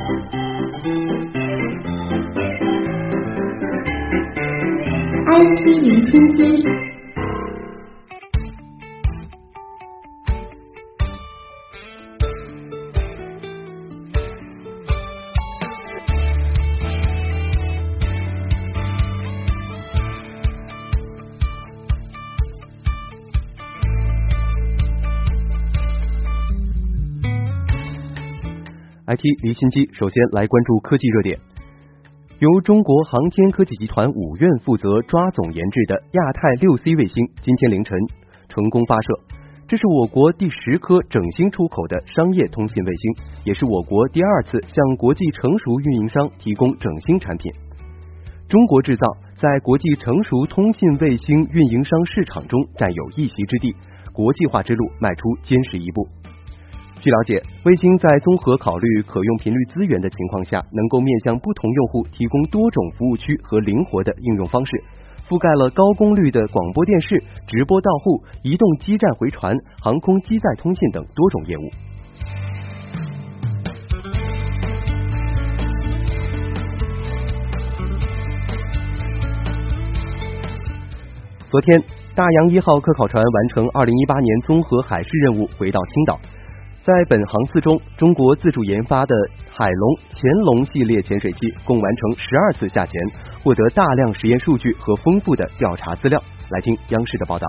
IC 离心机。 IT 离心机，首先来关注科技热点。由中国航天科技集团5院负责抓总研制的亚太6C 卫星今天凌晨成功发射，这是我国第10颗整星出口的商业通信卫星，也是我国第2次向国际成熟运营商提供整星产品。中国制造在国际成熟通信卫星运营商市场中占有一席之地，国际化之路迈出坚实一步。据了解，卫星在综合考虑可用频率资源的情况下，能够面向不同用户提供多种服务区和灵活的应用方式，覆盖了高功率的广播电视、直播到户、移动基站回传、航空机载通信等多种业务。昨天，大洋1号科考船完成2018年综合海试任务，回到青岛。在本航次中，中国自主研发的海龙、潜龙系列潜水器共完成12次下潜，获得大量实验数据和丰富的调查资料。来听央视的报道。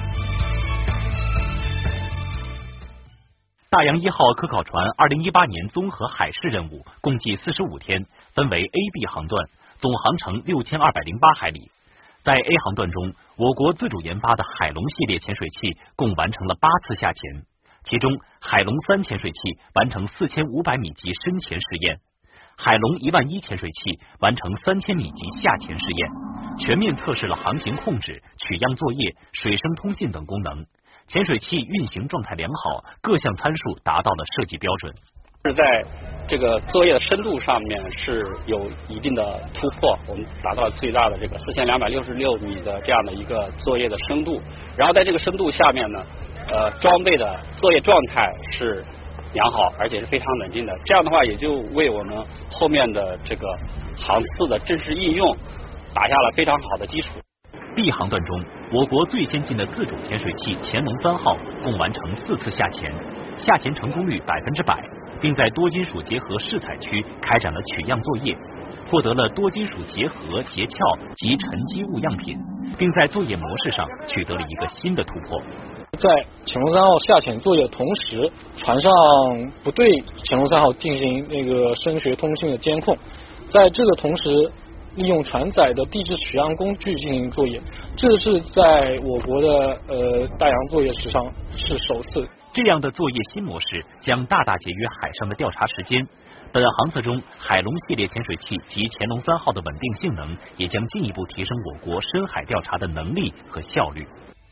大洋1号科考船2018年综合海试任务共计45天，分为 A、B 航段，总航程6208海里。在 A 航段中，我国自主研发的海龙系列潜水器共完成了8次下潜。其中，海龙3潜水器完成4500米级深潜试验，海龙11000潜水器完成3000米级下潜试验，全面测试了航行控制、取样作业、水声通信等功能。潜水器运行状态良好，各项参数达到了设计标准。 是在这个作业的深度上面是有一定的突破，我们达到了最大的这个4266米的这样的一个作业的深度。然后在这个深度下面呢，装备的作业状态是良好，而且是非常冷静的。这样的话，也就为我们后面的这个航次的正式应用打下了非常好的基础。 B 航段中，我国最先进的自主潜水器潜龙3号共完成4次下潜，下潜成功率100%，并在多金属结合试采区开展了取样作业，获得了多金属结合、结壳及沉积物样品，并在作业模式上取得了一个新的突破。 在潜龙3号下潜作业的同时，船上不对潜龙3号进行那个声学通信的监控，在这个同时利用船载的地质取样工具进行作业，这是在我国的大洋作业史上是首次。 这样的作业新模式将大大节约海上的调查时间。本航次中，海龙系列潜水器及潜龙3号的稳定性能也将进一步提升我国深海调查的能力和效率。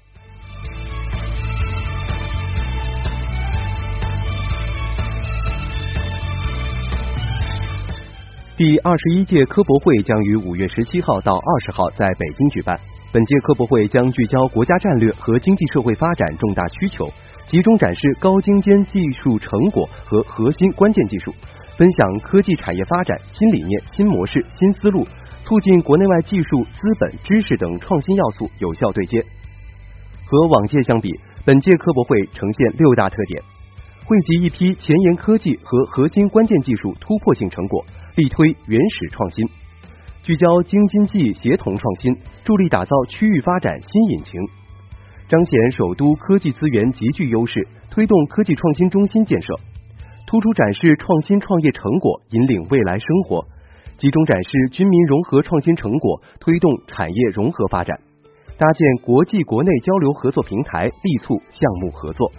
第21届科博会将于5月17号到20号在北京举办。本届科博会将聚焦国家战略和经济社会发展重大需求，集中展示高精尖技术成果和核心关键技术，分享科技产业发展新理念、新模式、新思路，促进国内外技术、资本、知识等创新要素有效对接。和往届相比，本届科博会呈现6大特点：汇集一批前沿科技和核心关键技术突破性成果，力推原始创新，聚焦京津冀协同创新，助力打造区域发展新引擎，彰显首都科技资源极具优势，推动科技创新中心建设，突出展示创新创业成果，引领未来生活，集中展示军民融合创新成果，推动产业融合发展，搭建国际国内交流合作平台，力促项目合作。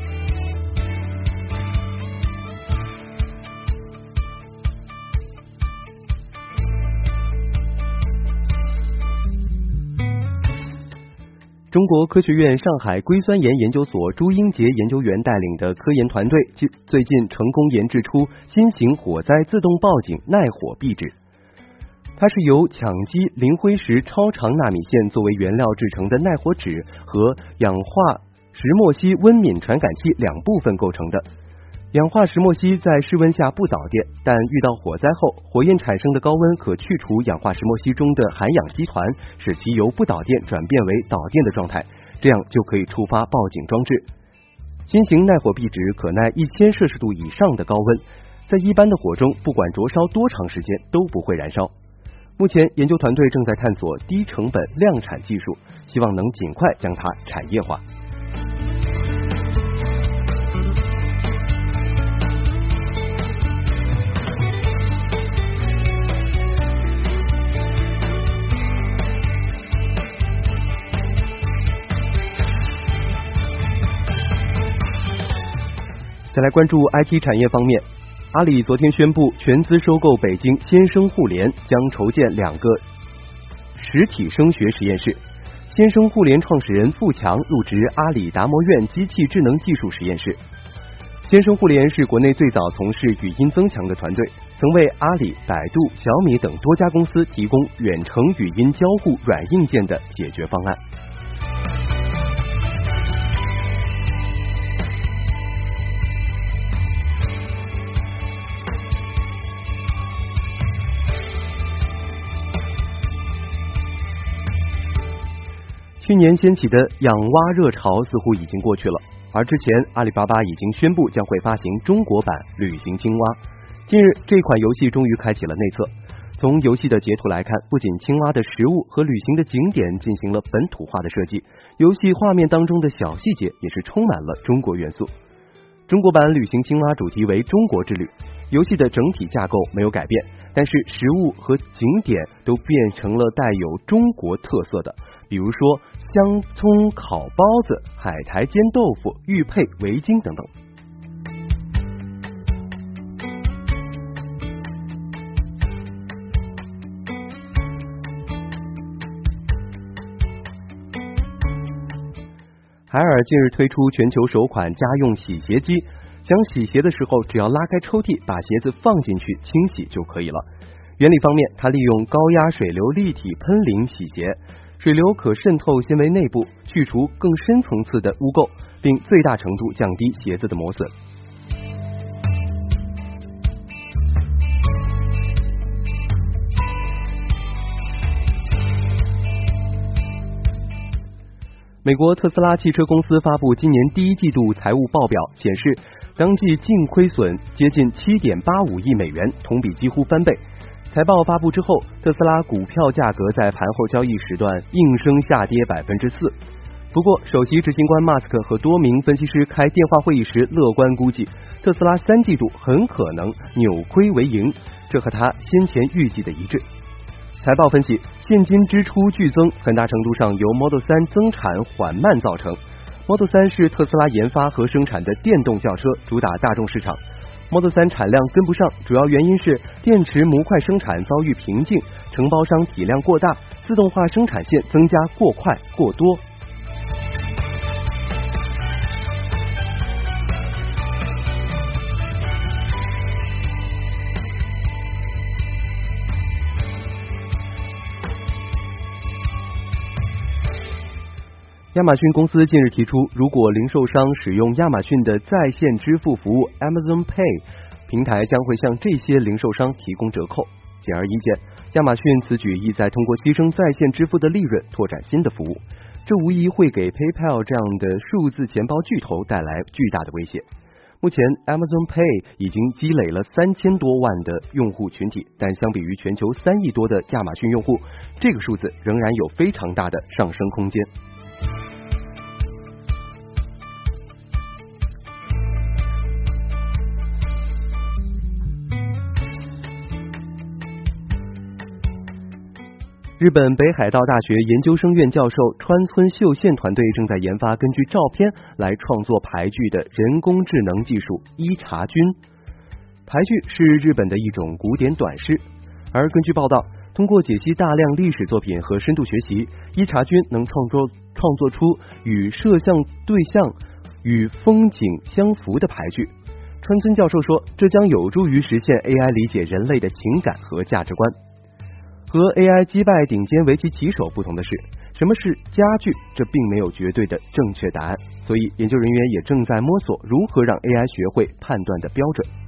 中国科学院上海硅酸盐研究所朱英杰研究员带领的科研团队最近成功研制出新型火灾自动报警耐火壁纸。它是由羟基磷灰石超长纳米线作为原料制成的耐火纸和氧化石墨烯温敏传感器2部分构成的。 氧化石墨烯在室温下不导电，但遇到火灾后，火焰产生的高温可去除氧化石墨烯中的含氧基团，使其由不导电转变为导电的状态，这样就可以触发报警装置。新型耐火壁纸可耐1000摄氏度以上的高温，在一般的火中，不管灼烧多长时间都不会燃烧。目前研究团队正在探索低成本量产技术，希望能尽快将它产业化。再来关注 IT 产业方面，阿里昨天宣布全资收购北京先声互联，将筹建2个实体声学实验室。先声互联创始人付强入职阿里达摩院机器智能技术实验室。先声互联是国内最早从事语音增强的团队，曾为阿里、百度、小米等多家公司提供远程语音交互软硬件的解决方案。去年掀起的养蛙热潮似乎已经过去了，而之前阿里巴巴已经宣布将会发行中国版旅行青蛙。近日，这款游戏终于开启了内测。从游戏的截图来看，不仅青蛙的食物和旅行的景点进行了本土化的设计，游戏画面当中的小细节也是充满了中国元素。中国版旅行青蛙主题为中国之旅，游戏的整体架构没有改变，但是食物和景点都变成了带有中国特色的，比如说香葱烤包子、海苔煎豆腐、玉佩、围巾等等。海尔近日推出全球首款家用洗鞋机，想洗鞋的时候只要拉开抽屉，把鞋子放进去清洗就可以了。原理方面，它利用高压水流立体喷淋洗鞋，水流可渗透纤维内部，去除更深层次的污垢，并最大程度降低鞋子的磨损。美国特斯拉汽车公司发布今年第一季度财务报表，显示当季净亏损接近7.85亿美元，同比几乎翻倍。财报发布之后，特斯拉股票价格在盘后交易时段应声下跌4%。不过，首席执行官马斯克和多名分析师开电话会议时乐观估计，特斯拉3季度很可能扭亏为盈，这和他先前预计的一致。财报分析，现金支出剧增很大程度上由 Model 3增产缓慢造成。Model 3是特斯拉研发和生产的电动轿车，主打大众市场。Model 3产量跟不上，主要原因是电池模块生产遭遇瓶颈，承包商体量过大，自动化生产线增加过快过多。亚马逊公司近日提出，如果零售商使用亚马逊的在线支付服务 Amazon Pay， 平台将会向这些零售商提供折扣。显而易见，亚马逊此举意在通过牺牲在线支付的利润拓展新的服务，这无疑会给 PayPal 这样的数字钱包巨头带来巨大的威胁。目前 Amazon Pay 已经积累了3000多万的用户群体，但相比于全球3亿多的亚马逊用户，这个数字仍然有非常大的上升空间。日本北海道大学研究生院教授川村秀宪团队正在研发根据照片来创作牌具的人工智能技术伊察君。牌具是日本的一种古典短诗，而根据报道，通过解析大量历史作品和深度学习，伊察君能创作出与摄像对象与风景相符的牌具。川村教授说，这将有助于实现 AI 理解人类的情感和价值观。和 AI 击败顶尖围棋棋手不同的是什么是家具，这并没有绝对的正确答案，所以研究人员也正在摸索如何让 AI 学会判断的标准。